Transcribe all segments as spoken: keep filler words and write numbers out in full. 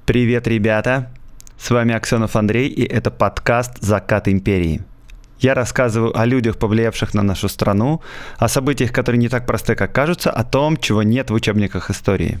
Привет, ребята! С вами Аксенов Андрей, и это подкаст «Закат империи». Я рассказываю о людях, повлиявших на нашу страну, о событиях, которые не так просты, как кажутся, о том, чего нет в учебниках истории.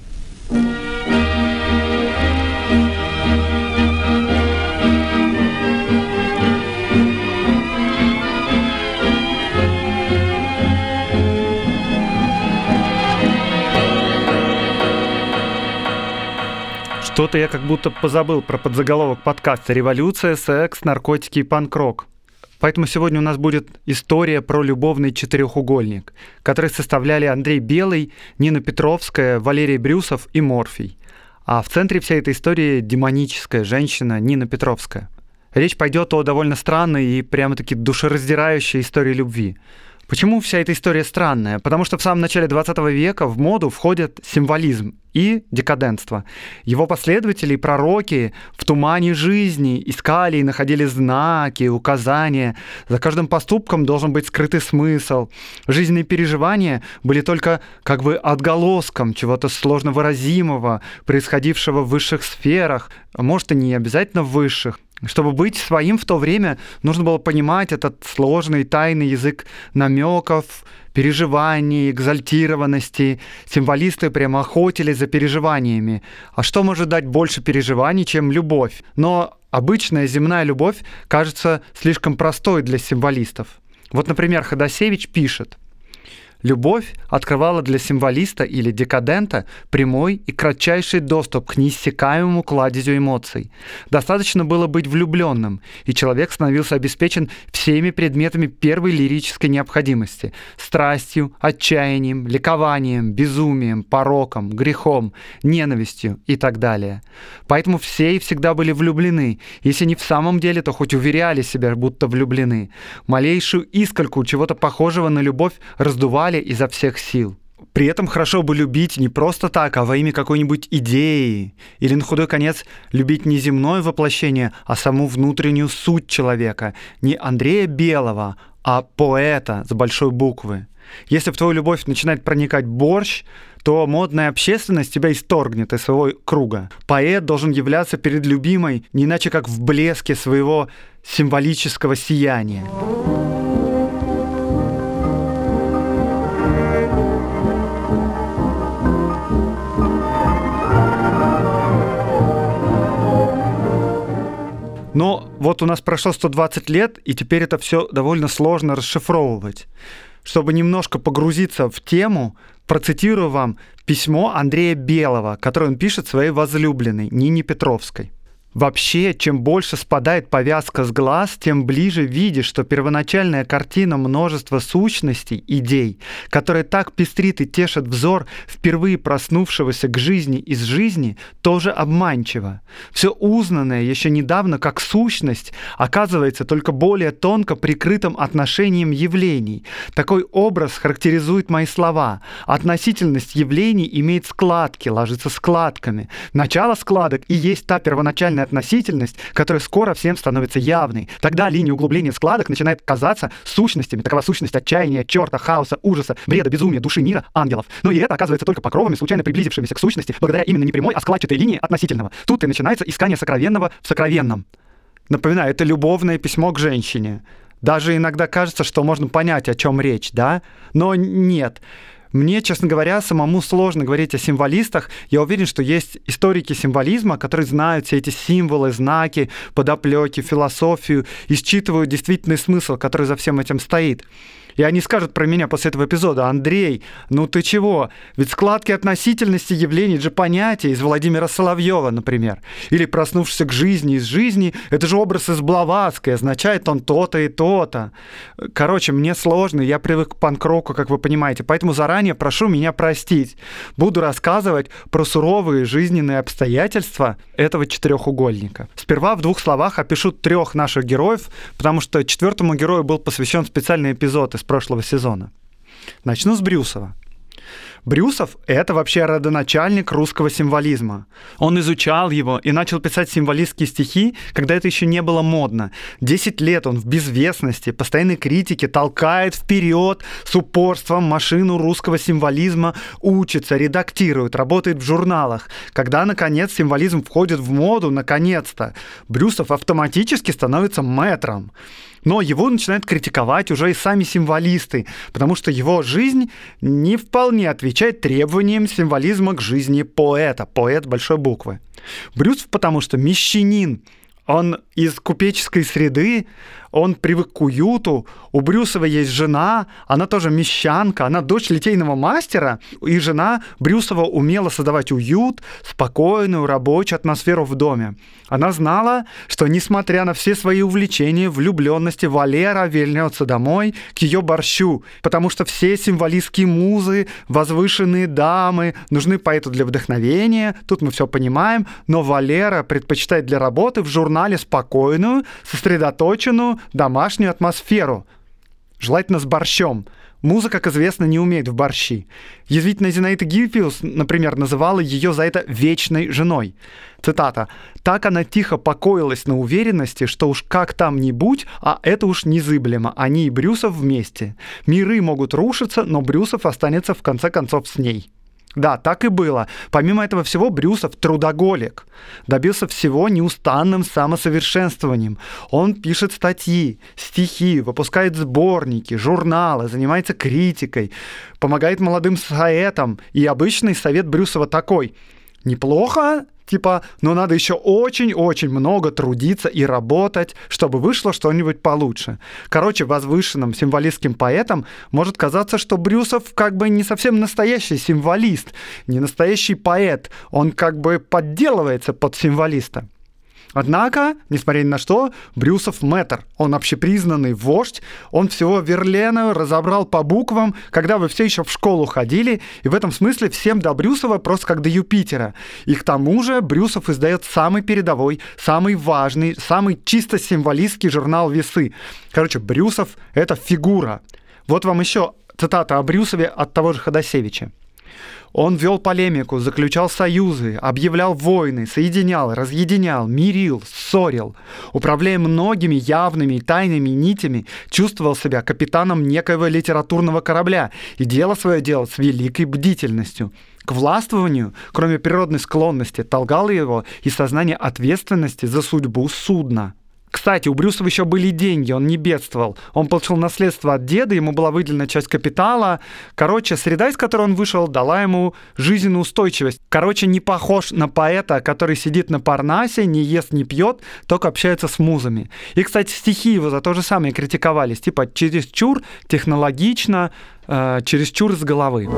Что-то я как будто позабыл про подзаголовок подкаста «Революция, секс, наркотики и панк-рок». Поэтому сегодня у нас будет история про любовный четырехугольник, который составляли Андрей Белый, Нина Петровская, Валерий Брюсов и Морфий. А в центре всей этой истории демоническая женщина Нина Петровская. Речь пойдет о довольно странной и прямо-таки душераздирающей истории любви. Почему вся эта история странная? Потому что в самом начале двадцатого века в моду входят символизм и декадентство. Его последователи и пророки в тумане жизни искали и находили знаки, указания. За каждым поступком должен быть скрытый смысл. Жизненные переживания были только как бы отголоском чего-то сложно выразимого, происходившего в высших сферах, а может и не обязательно в высших. Чтобы быть своим в то время, нужно было понимать этот сложный тайный язык намеков, переживаний, экзальтированности. Символисты прямо охотились за переживаниями. А что может дать больше переживаний, чем любовь? Но обычная земная любовь кажется слишком простой для символистов. Вот, например, Ходосевич пишет: «Любовь открывала для символиста или декадента прямой и кратчайший доступ к неиссякаемому кладезю эмоций. Достаточно было быть влюбленным, и человек становился обеспечен всеми предметами первой лирической необходимости – страстью, отчаянием, ликованием, безумием, пороком, грехом, ненавистью и так далее. Поэтому все и всегда были влюблены, если не в самом деле, то хоть уверяли себя, будто влюблены. Малейшую искорку чего-то похожего на любовь раздували изо всех сил. При этом хорошо бы любить не просто так, а во имя какой-нибудь идеи. Или на худой конец любить не земное воплощение, а саму внутреннюю суть человека. Не Андрея Белого, а поэта с большой буквы. Если в твою любовь начинает проникать борщ, то модная общественность тебя исторгнет из своего круга. Поэт должен являться перед любимой не иначе как в блеске своего символического сияния. Но вот у нас прошло сто двадцать лет, и теперь это все довольно сложно расшифровывать. Чтобы немножко погрузиться в тему, процитирую вам письмо Андрея Белого, которое он пишет своей возлюбленной Нине Петровской. «Вообще, чем больше спадает повязка с глаз, тем ближе видишь, что первоначальная картина множества сущностей, идей, которая так пестрит и тешит взор впервые проснувшегося к жизни из жизни, тоже обманчива. Все узнанное еще недавно как сущность оказывается только более тонко прикрытым отношением явлений. Такой образ характеризует мои слова. Относительность явлений имеет складки, ложится складками. Начало складок и есть та первоначальная относительность, которая скоро всем становится явной. Тогда линия углубления складок начинает казаться сущностями. Такова сущность отчаяния, черта, хаоса, ужаса, бреда, безумия, души мира, ангелов. Но и это оказывается только покровами, случайно приблизившимися к сущности, благодаря именно не прямой, а складчатой линии относительного. Тут и начинается искание сокровенного в сокровенном». Напоминаю, это любовное письмо к женщине. Даже иногда кажется, что можно понять, о чем речь, да? Но нет. Мне, честно говоря, самому сложно говорить о символистах. Я уверен, что есть историки символизма, которые знают все эти символы, знаки, подоплеки, философию и считывают действительный смысл, который за всем этим стоит. И они скажут про меня после этого эпизода: «Андрей, ну ты чего? Ведь складки относительности явлений — это же понятие из Владимира Соловьева, например. Или проснувшийся к жизни из жизни — это же образ из Блаватской, означает он то-то и то-то». Короче, мне сложно, я привык к панк-року, как вы понимаете, поэтому заранее прошу меня простить. Буду рассказывать про суровые жизненные обстоятельства этого четырехугольника. Сперва в двух словах опишу трех наших героев, потому что четвертому герою был посвящен специальный эпизод из прошлого сезона. Начну с Брюсова. Брюсов — это вообще родоначальник русского символизма. Он изучал его и начал писать символистские стихи, когда это еще не было модно. Десять лет он в безвестности, постоянной критике толкает вперед с упорством машину русского символизма, учится, редактирует, работает в журналах. Когда, наконец, символизм входит в моду, наконец-то, Брюсов автоматически становится мэтром. Но его начинают критиковать уже и сами символисты, потому что его жизнь не вполне отвечает требованиям символизма к жизни поэта, поэт большой буквы. Брюсов потому что мещанин, он из купеческой среды, он привык к уюту. У Брюсова есть жена, она тоже мещанка, она дочь литейного мастера, и жена Брюсова умела создавать уют, спокойную рабочую атмосферу в доме. Она знала, что, несмотря на все свои увлечения, влюбленности, Валера вернется домой к ее борщу, потому что все символистские музы, возвышенные дамы нужны поэту для вдохновения, тут мы все понимаем, но Валера предпочитает для работы в журнале спокойную, сосредоточенную, домашнюю атмосферу. Желательно с борщом. Муза, как известно, не умеет в борщи. Язвительная Зинаида Гиппиус, например, называла ее за это «вечной женой». Цитата. «Так она тихо покоилась на уверенности, что уж как там ни будь, а это уж незыблемо. Они и Брюсов вместе. Миры могут рушиться, но Брюсов останется в конце концов с ней». Да, так и было. Помимо этого всего, Брюсов трудоголик. Добился всего неустанным самосовершенствованием. Он пишет статьи, стихи, выпускает сборники, журналы, занимается критикой, помогает молодым поэтам. И обычный совет Брюсова такой: неплохо, типа, но надо еще очень-очень много трудиться и работать, чтобы вышло что-нибудь получше. Короче, возвышенным символистским поэтам может казаться, что Брюсов как бы не совсем настоящий символист, не настоящий поэт. Он как бы подделывается под символиста. Однако, несмотря ни на что, Брюсов мэтр. Он общепризнанный вождь. Он всего Верлену разобрал по буквам, когда вы все еще в школу ходили. И в этом смысле всем до Брюсова просто как до Юпитера. И к тому же Брюсов издает самый передовой, самый важный, самый чисто символистский журнал «Весы». Короче, Брюсов — это фигура. Вот вам еще цитата о Брюсове от того же Ходосевича. Он вел полемику, заключал союзы, объявлял войны, соединял, разъединял, мирил, ссорил. Управляя многими явными и тайными нитями, чувствовал себя капитаном некоего литературного корабля и делал свое дело с великой бдительностью. К властвованию, кроме природной склонности, толкало его и сознание ответственности за судьбу судна. Кстати, у Брюсова еще были деньги, он не бедствовал. Он получил наследство от деда, ему была выделена часть капитала. Короче, среда, из которой он вышел, дала ему жизненную устойчивость. Короче, не похож на поэта, который сидит на Парнасе, не ест, не пьет, только общается с музами. И, кстати, стихи его за то же самое критиковались. Типа чересчур технологично, э, чересчур с головы.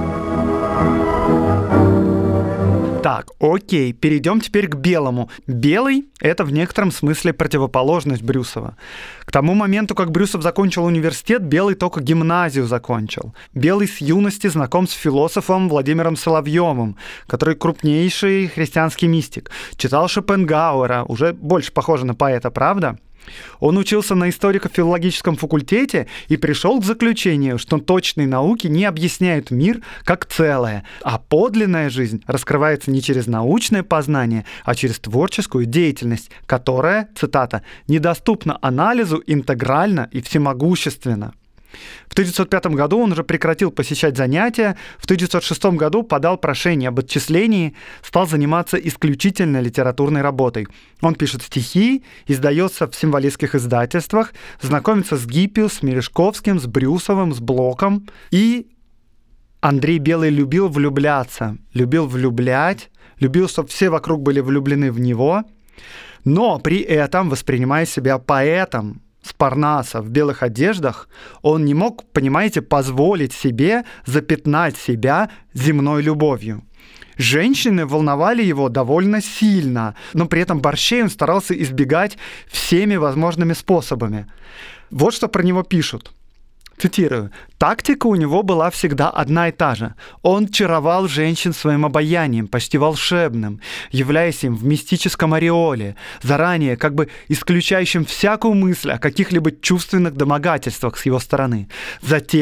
Так, окей, перейдем теперь к Белому. Белый — это в некотором смысле противоположность Брюсова. К тому моменту, как Брюсов закончил университет, Белый только гимназию закончил. Белый с юности знаком с философом Владимиром Соловьевым, который крупнейший христианский мистик. Читал Шопенгауэра, уже больше похоже на поэта, правда? Он учился на историко-филологическом факультете и пришел к заключению, что точные науки не объясняют мир как целое, а подлинная жизнь раскрывается не через научное познание, а через творческую деятельность, которая, цитата, «недоступна анализу интегрально и всемогущественно». В тысяча девятьсот пятом году он уже прекратил посещать занятия, в тысяча девятьсот шестом году подал прошение об отчислении, стал заниматься исключительно литературной работой. Он пишет стихи, издается в символистских издательствах, знакомится с Гиппиус, с Мережковским, с Брюсовым, с Блоком. И Андрей Белый любил влюбляться, любил влюблять, любил, чтобы все вокруг были влюблены в него, но при этом, воспринимая себя поэтом, с Парнаса в белых одеждах, он не мог, понимаете, позволить себе запятнать себя земной любовью. Женщины волновали его довольно сильно, но при этом борщей он старался избегать всеми возможными способами. Вот что про него пишут. Цитирую. «Тактика у него была всегда одна и та же. Он чаровал женщин своим обаянием, почти волшебным, являясь им в мистическом ореоле, заранее как бы исключающим всякую мысль о каких-либо чувственных домогательствах с его стороны. Затем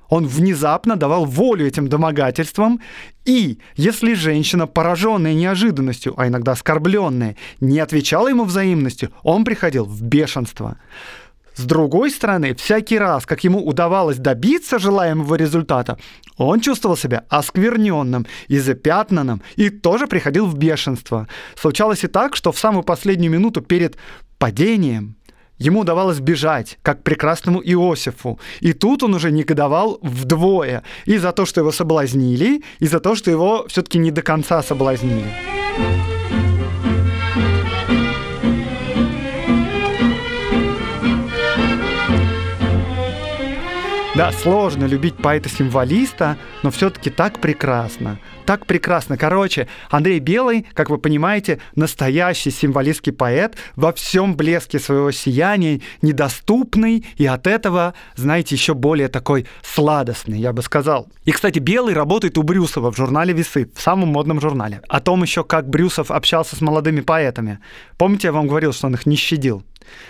Он внезапно давал волю этим домогательствам, и если женщина, пораженная неожиданностью, а иногда оскорбленная, не отвечала ему взаимностью, он приходил в бешенство. С другой стороны, всякий раз, как ему удавалось добиться желаемого результата, он чувствовал себя оскверненным и запятнанным, и тоже приходил в бешенство. Случалось и так, что в самую последнюю минуту перед падением ему удавалось бежать, как прекрасному Иосифу. И тут он уже негодовал вдвое. И за то, что его соблазнили, и за то, что его все-таки не до конца соблазнили. Да, сложно любить поэта-символиста, но все-таки так прекрасно. Так прекрасно. Короче, Андрей Белый, как вы понимаете, настоящий символистский поэт, во всем блеске своего сияния, недоступный, и от этого, знаете, еще более такой сладостный, я бы сказал. И, кстати, Белый работает у Брюсова в журнале «Весы», в самом модном журнале. О том еще, как Брюсов общался с молодыми поэтами. Помните, я вам говорил, что он их не щадил?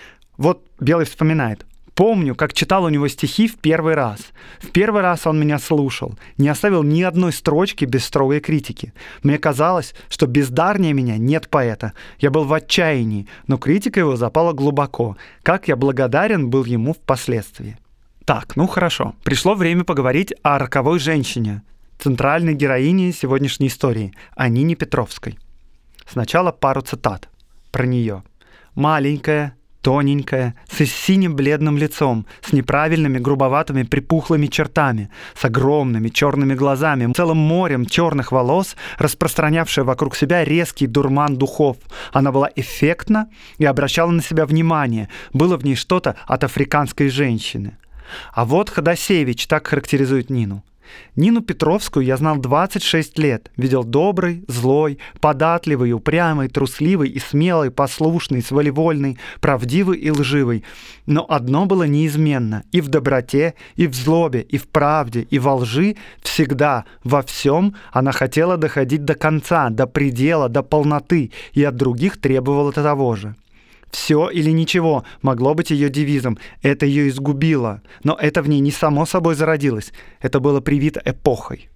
Вот Белый вспоминает. Помню, как читал у него стихи в первый раз. В первый раз он меня слушал, не оставил ни одной строчки без строгой критики. Мне казалось, что бездарнее меня нет поэта. Я был в отчаянии, но критика его запала глубоко. Как я благодарен был ему впоследствии. Так, ну хорошо. Пришло время поговорить о роковой женщине, центральной героине сегодняшней истории, о Нине Петровской. Сначала пару цитат про нее. Маленькая, тоненькая, с синим бледным лицом, с неправильными грубоватыми припухлыми чертами, с огромными черными глазами, целым морем черных волос, распространявшая вокруг себя резкий дурман духов. Она была эффектна и обращала на себя внимание. Было в ней что-то от африканской женщины. А вот Ходосевич так характеризует Нину. Нину Петровскую я знал двадцать шесть лет, видел добрый, злой, податливый, упрямый, трусливый и смелый, послушный, своевольный, правдивый и лживый. Но одно было неизменно: и в доброте, и в злобе, и в правде, и во лжи всегда, во всем она хотела доходить до конца, до предела, до полноты, и от других требовала того же. «Все или ничего» могло быть ее девизом. Это ее изгубило. Но это в ней не само собой зародилось. Это было привито эпохой.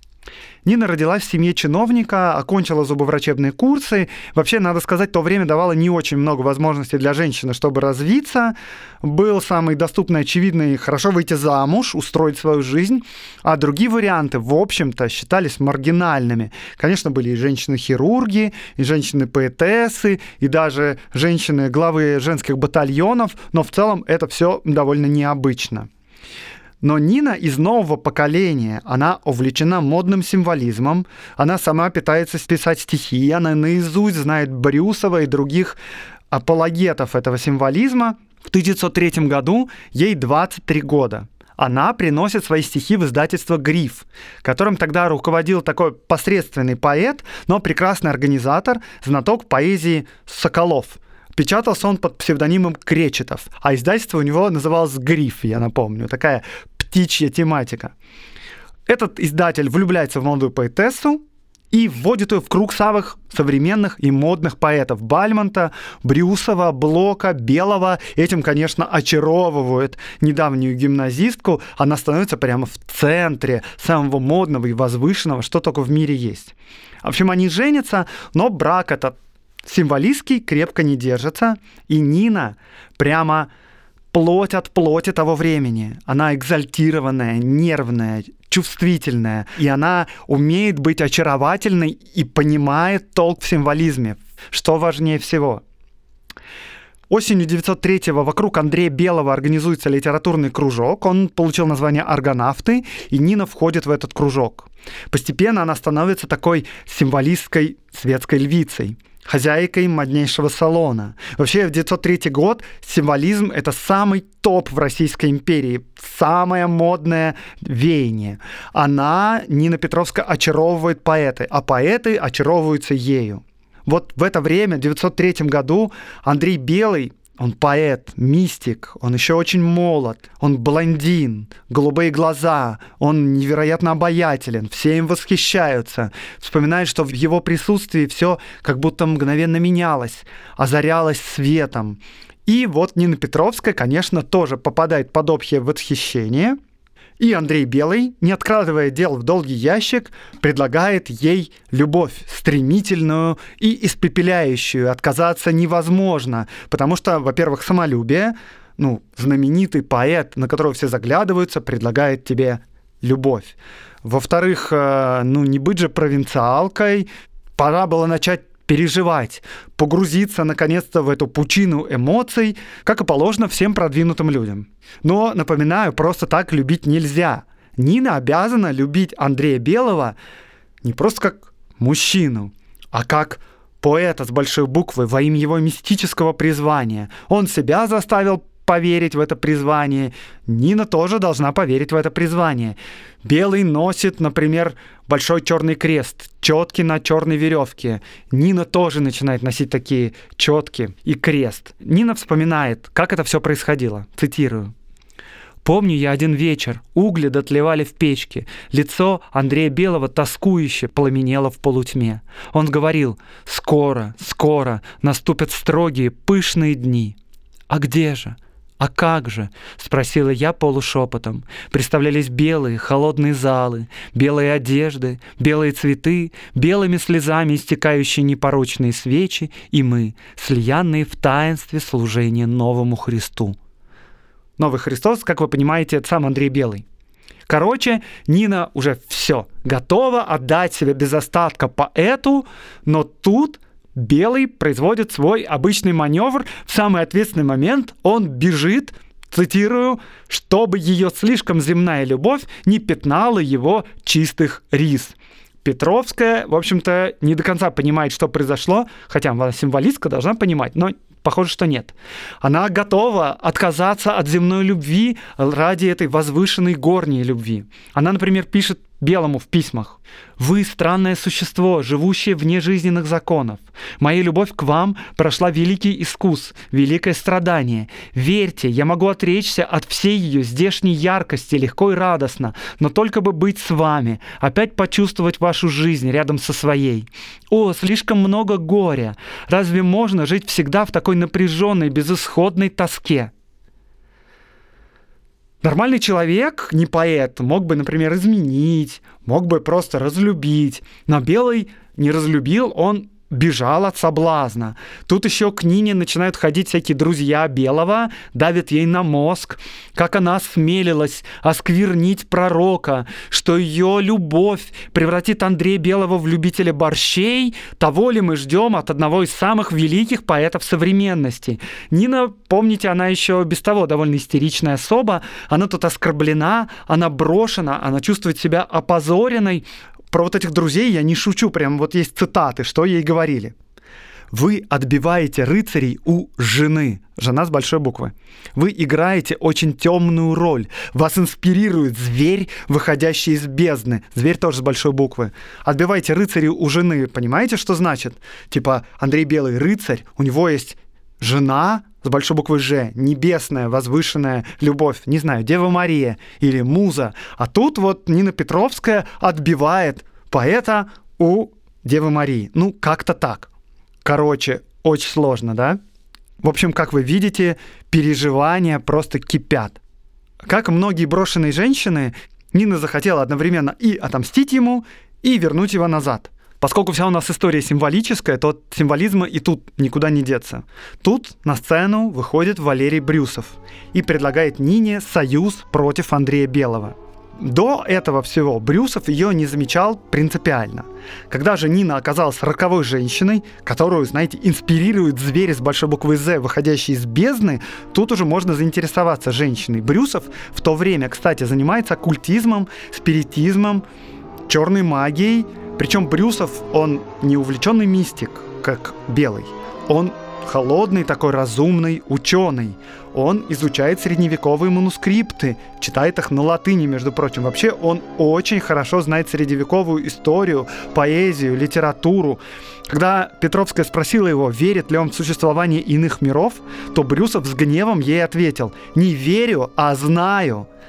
Нина родилась в семье чиновника, окончила зубоврачебные курсы. Вообще, надо сказать, то время давало не очень много возможностей для женщины, чтобы развиться. Был самый доступный, очевидный, хорошо выйти замуж, устроить свою жизнь. А другие варианты, в общем-то, считались маргинальными. Конечно, были и женщины-хирурги, и женщины-поэтессы, и даже женщины-главы женских батальонов, но в целом это все довольно необычно. Но Нина из нового поколения, она увлечена модным символизмом, она сама пытается писать стихи, она наизусть знает Брюсова и других апологетов этого символизма. В тысяча девятьсот третьем году ей двадцать три года. Она приносит свои стихи в издательство «Гриф», которым тогда руководил такой посредственный поэт, но прекрасный организатор, знаток поэзии Соколов. Печатался он под псевдонимом Кречетов, а издательство у него называлось «Гриф», я напомню, такая птичья тематика. Этот издатель влюбляется в молодую поэтессу и вводит ее в круг самых современных и модных поэтов: Бальмонта, Брюсова, Блока, Белого. Этим, конечно, очаровывает недавнюю гимназистку. Она становится прямо в центре самого модного и возвышенного, что только в мире есть. В общем, они женятся, но брак этот символистский крепко не держится, и Нина прямо плоть от плоти того времени. Она экзальтированная, нервная, чувствительная, и она умеет быть очаровательной и понимает толк в символизме, что важнее всего. Осенью тысяча девятьсот третьего вокруг Андрея Белого организуется литературный кружок. Он получил название «Аргонавты», и Нина входит в этот кружок. Постепенно она становится такой символистской светской львицей, хозяйкой моднейшего салона. Вообще, в девятьсот третий год символизм — это самый топ в Российской империи, самое модное веяние. Она, Нина Петровская, очаровывает поэты, а поэты очаровываются ею. Вот в это время, в девятьсот третьем году, Андрей Белый, он поэт, мистик, он еще очень молод, он блондин, голубые глаза, он невероятно обаятелен, все им восхищаются, вспоминают, что в его присутствии все как будто мгновенно менялось, озарялось светом. И вот Нина Петровская, конечно, тоже попадает под общее восхищение. И Андрей Белый, не откладывая дел в долгий ящик, предлагает ей любовь стремительную и испепеляющую. Отказаться невозможно, потому что, во-первых, самолюбие, ну, знаменитый поэт, на которого все заглядываются, предлагает тебе любовь. Во-вторых, ну, не быть же провинциалкой, пора было начать переживать, погрузиться наконец-то в эту пучину эмоций, как и положено всем продвинутым людям. Но, напоминаю, просто так любить нельзя. Нина обязана любить Андрея Белого не просто как мужчину, а как поэта с большой буквы во имя его мистического призвания. Он себя заставил поверить в это призвание. Нина тоже должна поверить в это призвание. Белый носит, например, большой черный крест, четки на черной веревке. Нина тоже начинает носить такие четки и крест. Нина вспоминает, как это все происходило. Цитирую. «Помню я один вечер, угли дотлевали в печке, лицо Андрея Белого тоскующе пламенело в полутьме. Он говорил: скоро, скоро наступят строгие, пышные дни. А где же? «А как же?» — спросила я полушепотом. Представлялись белые, холодные залы, белые одежды, белые цветы, белыми слезами истекающие непорочные свечи, и мы, слиянные в таинстве служения новому Христу. Новый Христос, как вы понимаете, это сам Андрей Белый. Короче, Нина уже все, готова отдать себя без остатка поэту, но тут Белый производит свой обычный маневр. В самый ответственный момент он бежит, цитирую, чтобы ее слишком земная любовь не пятнала его чистых рис. Петровская, в общем-то, не до конца понимает, что произошло, хотя она символистка должна понимать, но похоже, что нет. Она готова отказаться от земной любви ради этой возвышенной горней любви. Она, например, пишет Белому в письмах: «Вы странное существо, живущее вне жизненных законов. Моя любовь к вам прошла великий искус, великое страдание. Верьте, я могу отречься от всей ее здешней яркости легко и радостно, но только бы быть с вами, опять почувствовать вашу жизнь рядом со своей. О, слишком много горя! Разве можно жить всегда в такой напряженной, безысходной тоске?» Нормальный человек, не поэт, мог бы, например, изменить, мог бы просто разлюбить. Но Белый не разлюбил, он бежал от соблазна. Тут еще к Нине начинают ходить всякие друзья Белого, давят ей на мозг, как она осмелилась осквернить пророка, что ее любовь превратит Андрея Белого в любителя борщей. Того ли мы ждем от одного из самых великих поэтов современности? Нина, помните, она еще без того довольно истеричная особа, она тут оскорблена, она брошена, она чувствует себя опозоренной. Про вот этих друзей я не шучу, прям вот есть цитаты, что ей говорили. «Вы отбиваете рыцарей у жены». Жена с большой буквы. «Вы играете очень темную роль. Вас инспирирует зверь, выходящий из бездны». Зверь тоже с большой буквы. «Отбиваете рыцарей у жены». Понимаете, что значит? Типа Андрей Белый рыцарь, у него есть жена с большой буквы «Ж», небесная, возвышенная любовь, не знаю, Дева Мария или Муза. А тут вот Нина Петровская отбивает поэта у Девы Марии. Ну, как-то так. Короче, очень сложно, да? В общем, как вы видите, переживания просто кипят. Как многие брошенные женщины, Нина захотела одновременно и отомстить ему, и вернуть его назад. Поскольку вся у нас история символическая, то от символизма и тут никуда не деться. Тут на сцену выходит Валерий Брюсов и предлагает Нине союз против Андрея Белого. До этого всего Брюсов ее не замечал принципиально. Когда же Нина оказалась роковой женщиной, которую, знаете, инспирирует зверь с большой буквы «З», выходящий из бездны, тут уже можно заинтересоваться женщиной. Брюсов в то время, кстати, занимается оккультизмом, спиритизмом, черной магией. Причем Брюсов, он не увлеченный мистик, как Белый. Он холодный, такой разумный ученый. Он изучает средневековые манускрипты, читает их на латыни, между прочим. Вообще он очень хорошо знает средневековую историю, поэзию, литературу. Когда Петровская спросила его, верит ли он в существование иных миров, то Брюсов с гневом ей ответил: «Не верю, а знаю».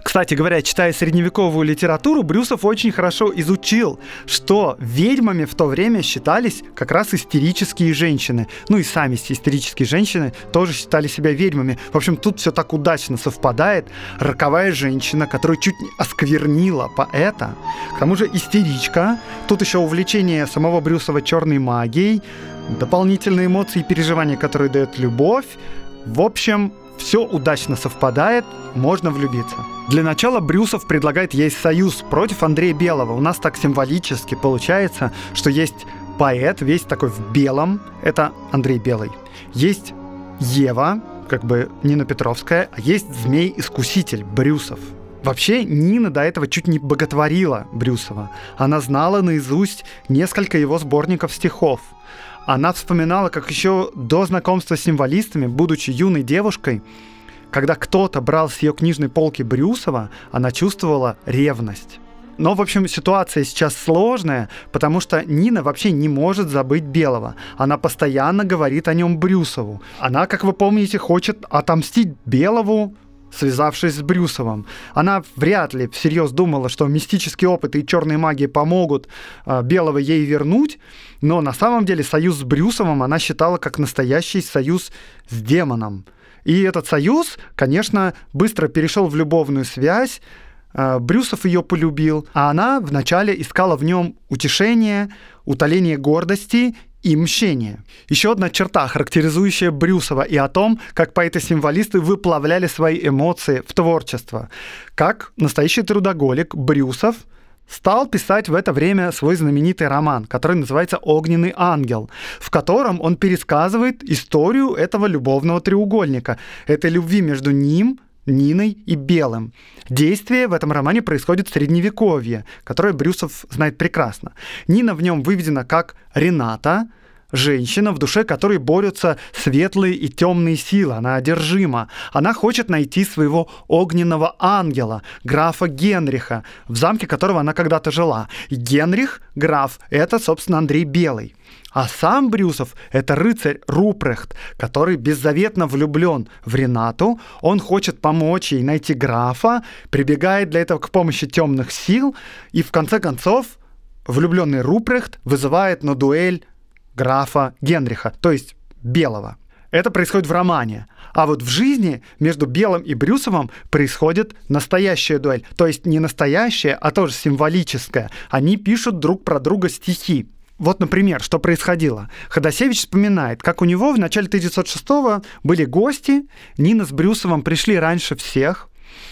Кстати говоря, читая средневековую литературу, Брюсов очень хорошо изучил, что ведьмами в то время считались как раз истерические женщины. Ну и сами истерические женщины тоже считали себя ведьмами. В общем, тут все так удачно совпадает. Роковая женщина, которая чуть не осквернила поэта. К тому же истеричка. Тут еще увлечение самого Брюсова черной магией, дополнительные эмоции и переживания, которые дает любовь. В общем, все удачно совпадает, можно влюбиться. Для начала Брюсов предлагает ей союз против Андрея Белого. У нас так символически получается, что есть поэт, весь такой в белом, это Андрей Белый. Есть Ева, как бы Нина Петровская, а есть змей-искуситель Брюсов. Вообще, Нина до этого чуть не боготворила Брюсова. Она знала наизусть несколько его сборников стихов. Она вспоминала, как еще до знакомства с символистами, будучи юной девушкой, когда кто-то брал с ее книжной полки Брюсова, она чувствовала ревность. Но, в общем, ситуация сейчас сложная, потому что Нина вообще не может забыть Белого. Она постоянно говорит о нем Брюсову. Она, как вы помните, хочет отомстить Белову, связавшись с Брюсовым. Она вряд ли всерьез думала, что мистический опыт и черные магии помогут э, Белого ей вернуть, но на самом деле союз с Брюсовым она считала как настоящий союз с демоном. И этот союз, конечно, быстро перешел в любовную связь. э, Брюсов ее полюбил, а она вначале искала в нем утешение, утоление гордости и мщение. Еще одна черта, характеризующая Брюсова, и о том, как поэты-символисты выплавляли свои эмоции в творчество. Как настоящий трудоголик Брюсов стал писать в это время свой знаменитый роман, который называется «Огненный ангел», в котором он пересказывает историю этого любовного треугольника, этой любви между ним, Ниной и Белым. Действие в этом романе происходит в Средневековье, которое Брюсов знает прекрасно. Нина в нем выведена как Рената, женщина, в душе которой борются светлые и темные силы. Она одержима. Она хочет найти своего огненного ангела, графа Генриха, в замке которого она когда-то жила. И Генрих, граф, это, собственно, Андрей Белый. А сам Брюсов — это рыцарь Рупрехт, который беззаветно влюблен в Ренату. Он хочет помочь ей найти графа, прибегает для этого к помощи темных сил, и в конце концов влюбленный Рупрехт вызывает на дуэль графа Генриха, то есть Белого. Это происходит в романе. А вот в жизни между Белым и Брюсовым происходит настоящая дуэль. То есть не настоящая, а тоже символическая. Они пишут друг про друга стихи. Вот, например, что происходило. Ходосевич вспоминает, как у него в начале тысяча девятьсот шестого были гости, Нина с Брюсовым пришли раньше всех,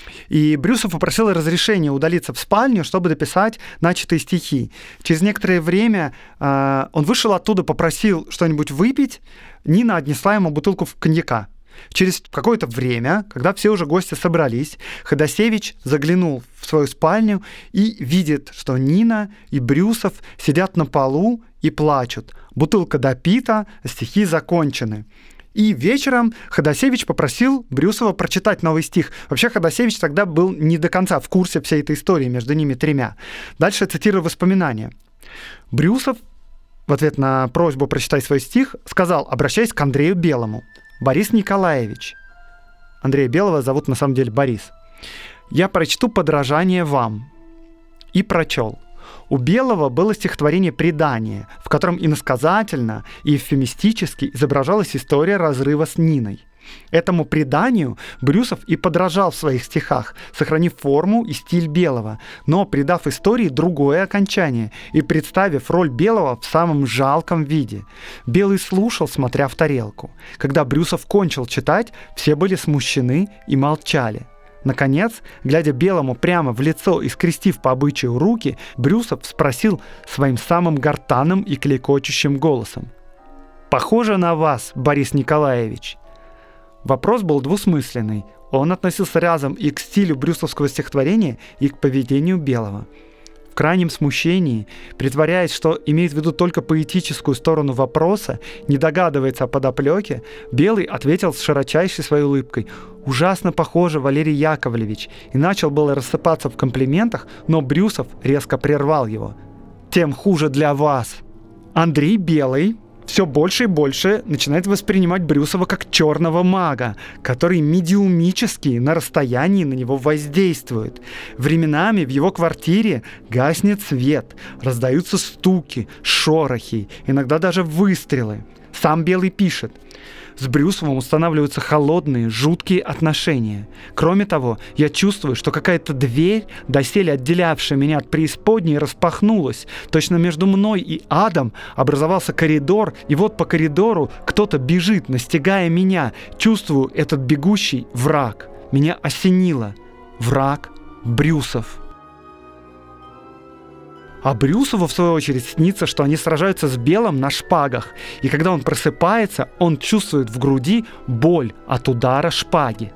и Брюсов попросил разрешения удалиться в спальню, чтобы дописать начатые стихи. Через некоторое время э, он вышел оттуда, попросил что-нибудь выпить, Нина отнесла ему бутылку коньяка. Через какое-то время, когда все уже гости собрались, Ходосевич заглянул в свою спальню и видит, что Нина и Брюсов сидят на полу и плачут. Бутылка допита, стихи закончены. И вечером Ходосевич попросил Брюсова прочитать новый стих. Вообще Ходосевич тогда был не до конца в курсе всей этой истории между ними тремя. Дальше цитирую воспоминания. Брюсов в ответ на просьбу прочитать свой стих сказал, обращаясь к Андрею Белому: «Борис Николаевич». Андрея Белого зовут на самом деле Борис. «Я прочту подражание вам». И прочел. У Белого было стихотворение «Предание», в котором иносказательно и эвфемистически изображалась история разрыва с Ниной. Этому преданию Брюсов и подражал в своих стихах, сохранив форму и стиль Белого, но придав истории другое окончание и представив роль Белого в самом жалком виде. Белый слушал, смотря в тарелку. Когда Брюсов кончил читать, все были смущены и молчали. Наконец, глядя Белому прямо в лицо и скрестив по обычаю руки, Брюсов спросил своим самым гортанным и клекочущим голосом: «Похоже на вас, Борис Николаевич?» Вопрос был двусмысленный. Он относился разом и к стилю брюсовского стихотворения, и к поведению Белого. В крайнем смущении, притворяясь, что имеет в виду только поэтическую сторону вопроса, не догадывается о подоплеке, Белый ответил с широчайшей своей улыбкой: «Ужасно похоже, Валерий Яковлевич», и начал было рассыпаться в комплиментах, но Брюсов резко прервал его. «Тем хуже для вас». Андрей Белый в все больше и больше начинает воспринимать Брюсова как черного мага, который медиумически на расстоянии на него воздействует. Временами в его квартире гаснет свет, раздаются стуки, шорохи, иногда даже выстрелы. Сам Белый пишет: с Брюсовым устанавливаются холодные, жуткие отношения. Кроме того, я чувствую, что какая-то дверь, доселе отделявшая меня от преисподней, распахнулась. Точно между мной и адом образовался коридор, и вот по коридору кто-то бежит, настигая меня. Чувствую, этот бегущий враг. Меня осенило. Враг Брюсов. А Брюсову, в свою очередь, снится, что они сражаются с Белым на шпагах. И когда он просыпается, он чувствует в груди боль от удара шпаги.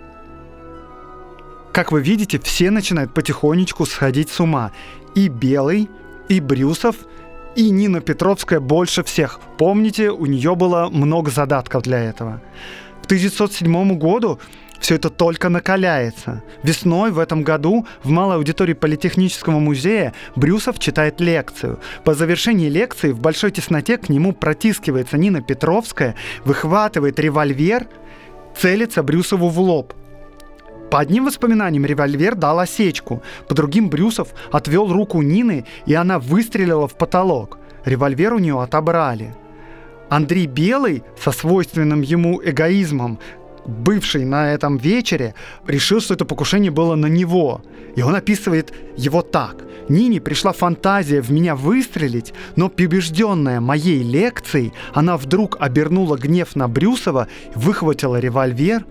Как вы видите, все начинают потихонечку сходить с ума. И Белый, и Брюсов, и Нина Петровская больше всех. Помните, у нее было много задатков для этого. К тысяча девятьсот седьмому году все это только накаляется. Весной в этом году в малой аудитории Политехнического музея Брюсов читает лекцию. По завершении лекции в большой тесноте к нему протискивается Нина Петровская, выхватывает револьвер, целится Брюсову в лоб. По одним воспоминаниям револьвер дал осечку, по другим Брюсов отвел руку Нины, и она выстрелила в потолок. Револьвер у нее отобрали. Андрей Белый со свойственным ему эгоизмом, бывший на этом вечере, решил, что это покушение было на него. И он описывает его так: «Нине пришла фантазия в меня выстрелить, но побежденная моей лекцией, она вдруг обернула гнев на Брюсова, выхватила револьвер».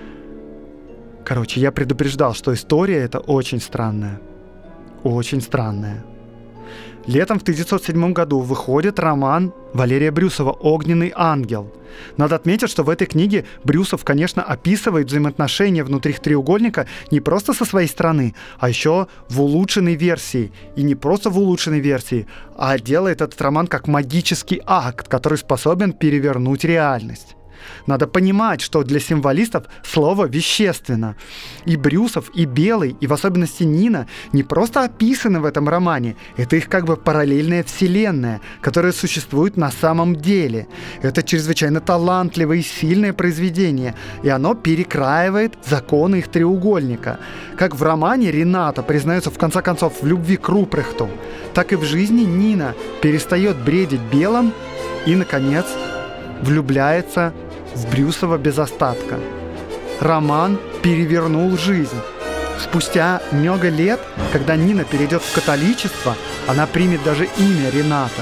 Короче, я предупреждал, что история эта очень странная. Очень странная. Летом в тысяча девятьсот седьмом году выходит роман Валерия Брюсова «Огненный ангел». Надо отметить, что в этой книге Брюсов, конечно, описывает взаимоотношения внутри треугольника не просто со своей стороны, а еще в улучшенной версии. И не просто в улучшенной версии, а делает этот роман как магический акт, который способен перевернуть реальность. Надо понимать, что для символистов слово вещественно. И Брюсов, и Белый, и в особенности Нина не просто описаны в этом романе. Это их как бы параллельная вселенная, которая существует на самом деле. Это чрезвычайно талантливое и сильное произведение, и оно перекраивает законы их треугольника. Как в романе Рената признается в конце концов в любви к Рупрехту, так и в жизни Нина перестает бредить Белым и, наконец, влюбляется в Брюсова без остатка. Роман перевернул жизнь. Спустя много лет, когда Нина перейдет в католичество, она примет даже имя Рената.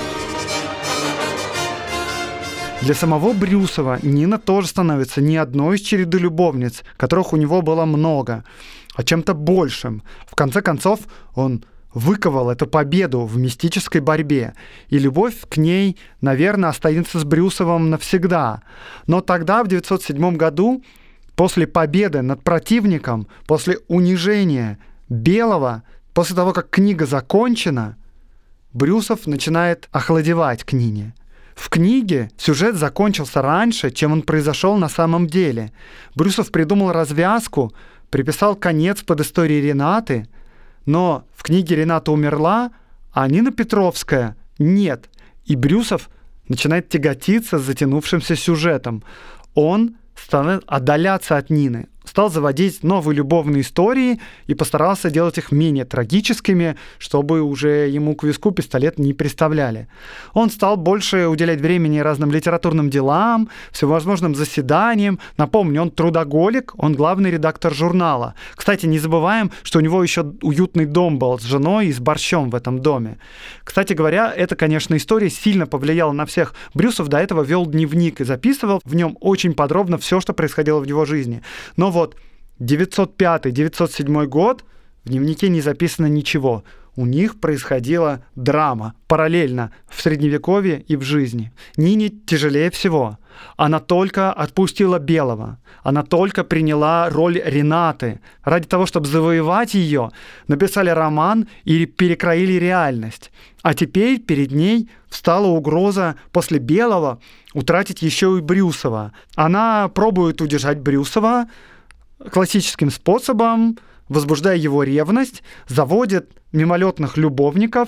Для самого Брюсова Нина тоже становится не одной из череды любовниц, которых у него было много, а чем-то большим. В конце концов, он выковал эту победу в мистической борьбе, и любовь к ней, наверное, останется с Брюсовым навсегда. Но тогда, в девятьсот седьмом году, после победы над противником, после унижения Белого, после того, как книга закончена, Брюсов начинает охладевать к Нине. В книге сюжет закончился раньше, чем он произошел на самом деле. Брюсов придумал развязку, приписал конец под историей Ренаты, но в книге Рената умерла, а Нина Петровская нет. И Брюсов начинает тяготиться с затянувшимся сюжетом. Он стал отдаляться от Нины, стал заводить новые любовные истории и постарался делать их менее трагическими, чтобы уже ему к виску пистолет не приставляли. Он стал больше уделять времени разным литературным делам, всевозможным заседаниям. Напомню, он трудоголик, он главный редактор журнала. Кстати, не забываем, что у него еще уютный дом был с женой и с борщом в этом доме. Кстати говоря, эта, конечно, история сильно повлияла на всех. Брюсов до этого вел дневник и записывал в нем очень подробно все, что происходило в его жизни. Но вот девятьсот пятый - девятьсот седьмой год, в дневнике не записано ничего. У них происходила драма параллельно в Средневековье и в жизни. Нине тяжелее всего. Она только отпустила Белого. Она только приняла роль Ренаты. Ради того, чтобы завоевать ее, написали роман и перекроили реальность. А теперь перед ней встала угроза после Белого утратить еще и Брюсова. Она пробует удержать Брюсова классическим способом, возбуждая его ревность, заводит мимолетных любовников,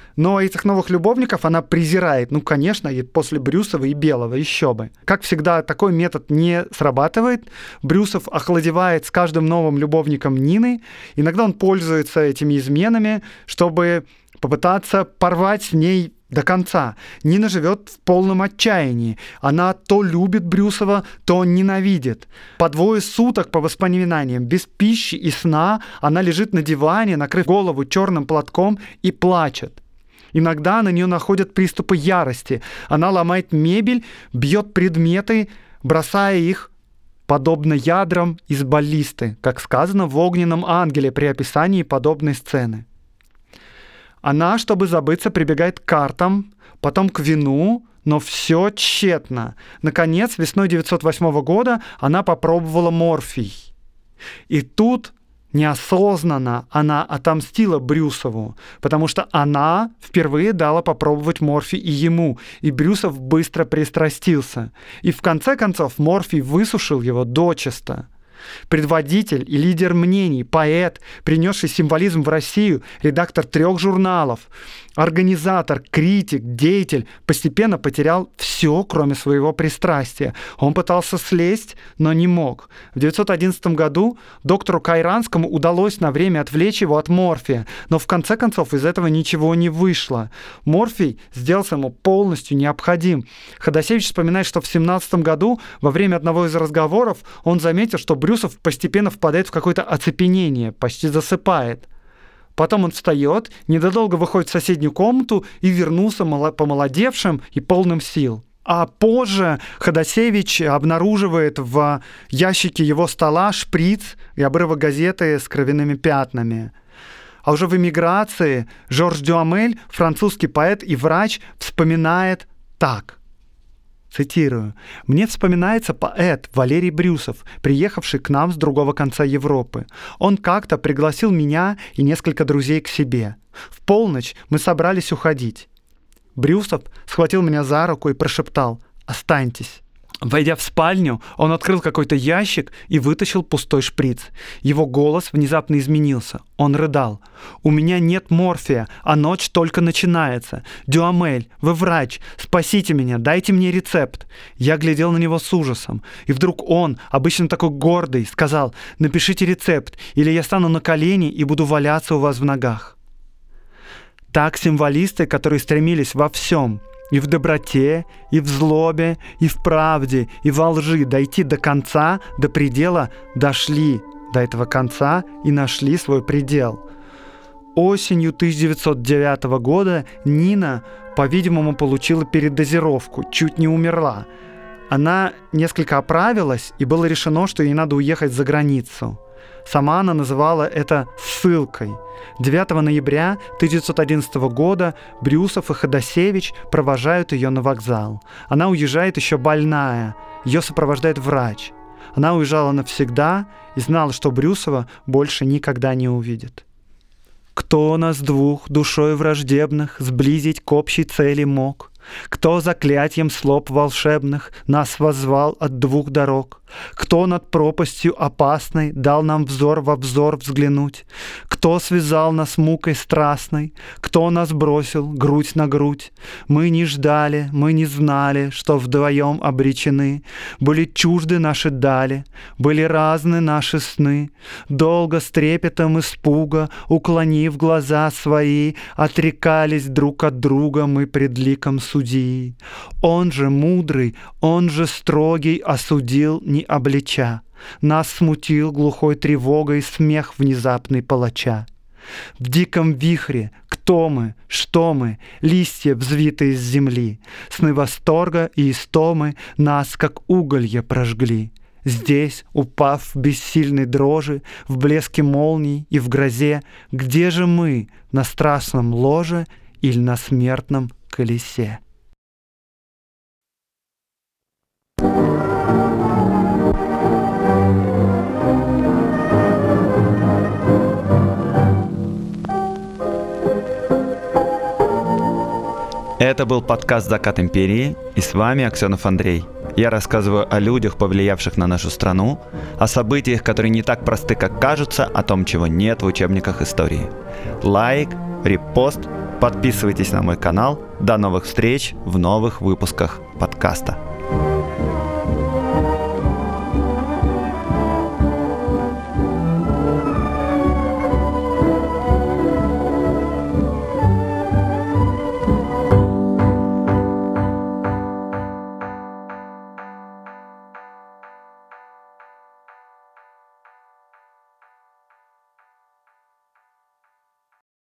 Но этих новых любовников она презирает. Ну, конечно, и после Брюсова и Белого, еще бы. Как всегда, такой метод не срабатывает. Брюсов охладевает с каждым новым любовником Нины. Иногда он пользуется этими изменами, чтобы попытаться порвать с ней до конца. Нина живет в полном отчаянии. Она то любит Брюсова, то ненавидит. По двое суток, по воспоминаниям, без пищи и сна она лежит на диване, накрыв голову черным платком и плачет. Иногда на нее находят приступы ярости. Она ломает мебель, бьет предметы, бросая их, подобно ядрам из баллисты, как сказано в «Огненном ангеле» при описании подобной сцены. Она, чтобы забыться, прибегает к картам, потом к вину, но все тщетно. Наконец, весной девятьсот восьмого года она попробовала морфий. И тут неосознанно она отомстила Брюсову, потому что она впервые дала попробовать морфий и ему, и Брюсов быстро пристрастился. И в конце концов морфий высушил его дочисто. Предводитель и лидер мнений, поэт, принесший символизм в Россию, редактор трех журналов, организатор, критик, деятель, постепенно потерял все, кроме своего пристрастия. Он пытался слезть, но не мог. В девятьсот одиннадцатом году доктору Кайранскому удалось на время отвлечь его от морфия, но в конце концов из этого ничего не вышло. Морфий сделался ему полностью необходим. Ходосевич вспоминает, что в семнадцатом году во время одного из разговоров он заметил, что Брюсов постепенно впадает в какое-то оцепенение, почти засыпает. Потом он встает, недолго выходит в соседнюю комнату и вернулся помолодевшим и полным сил. А позже Ходосевич обнаруживает в ящике его стола шприц и обрывок газеты с кровяными пятнами. А уже в эмиграции Жорж Дюамель, французский поэт и врач, вспоминает так. Цитирую. «Мне вспоминается поэт Валерий Брюсов, приехавший к нам с другого конца Европы. Он как-то пригласил меня и несколько друзей к себе. В полночь мы собрались уходить. Брюсов схватил меня за руку и прошептал: «Останьтесь». Войдя в спальню, он открыл какой-то ящик и вытащил пустой шприц. Его голос внезапно изменился. Он рыдал. «У меня нет морфия, а ночь только начинается. Дюамель, вы врач, спасите меня, дайте мне рецепт». Я глядел на него с ужасом. И вдруг он, обычно такой гордый, сказал: «Напишите рецепт, или я стану на колени и буду валяться у вас в ногах». Так символисты, которые стремились во всем, и в доброте, и в злобе, и в правде, и во лжи дойти до конца, до предела, дошли до этого конца и нашли свой предел. Осенью тысяча девятьсот девятого года Нина, по-видимому, получила передозировку, чуть не умерла. Она несколько оправилась, и было решено, что ей надо уехать за границу. Сама она называла это ссылкой. девятого ноября тысяча девятьсот одиннадцатого года Брюсов и Ходосевич провожают ее на вокзал. Она уезжает еще больная, ее сопровождает врач. Она уезжала навсегда и знала, что Брюсова больше никогда не увидит. «Кто нас двух, душой враждебных, сблизить к общей цели мог? Кто заклятьем слов волшебных нас воззвал от двух дорог? Кто над пропастью опасной дал нам взор во взор взглянуть? Кто связал нас мукой страстной? Кто нас бросил грудь на грудь? Мы не ждали, мы не знали, что вдвоем обречены. Были чужды наши дали, были разны наши сны. Долго с трепетом испуга, уклонив глаза свои, отрекались друг от друга мы пред ликом судьи. Он же мудрый, он же строгий осудил, не облича. Нас смутил глухой тревогой смех внезапный палача. В диком вихре кто мы, что мы, листья, взвитые с земли, сны восторга и истомы нас, как уголья, прожгли. Здесь, упав в бессильной дрожи, в блеске молний и в грозе, где же мы, на страстном ложе или на смертном колесе? Это был подкаст «Закат империи», и с вами Аксенов Андрей. Я рассказываю о людях, повлиявших на нашу страну, о событиях, которые не так просты, как кажутся, о том, чего нет в учебниках истории. Лайк, репост Подписывайтесь на мой канал. До новых встреч в новых выпусках подкаста.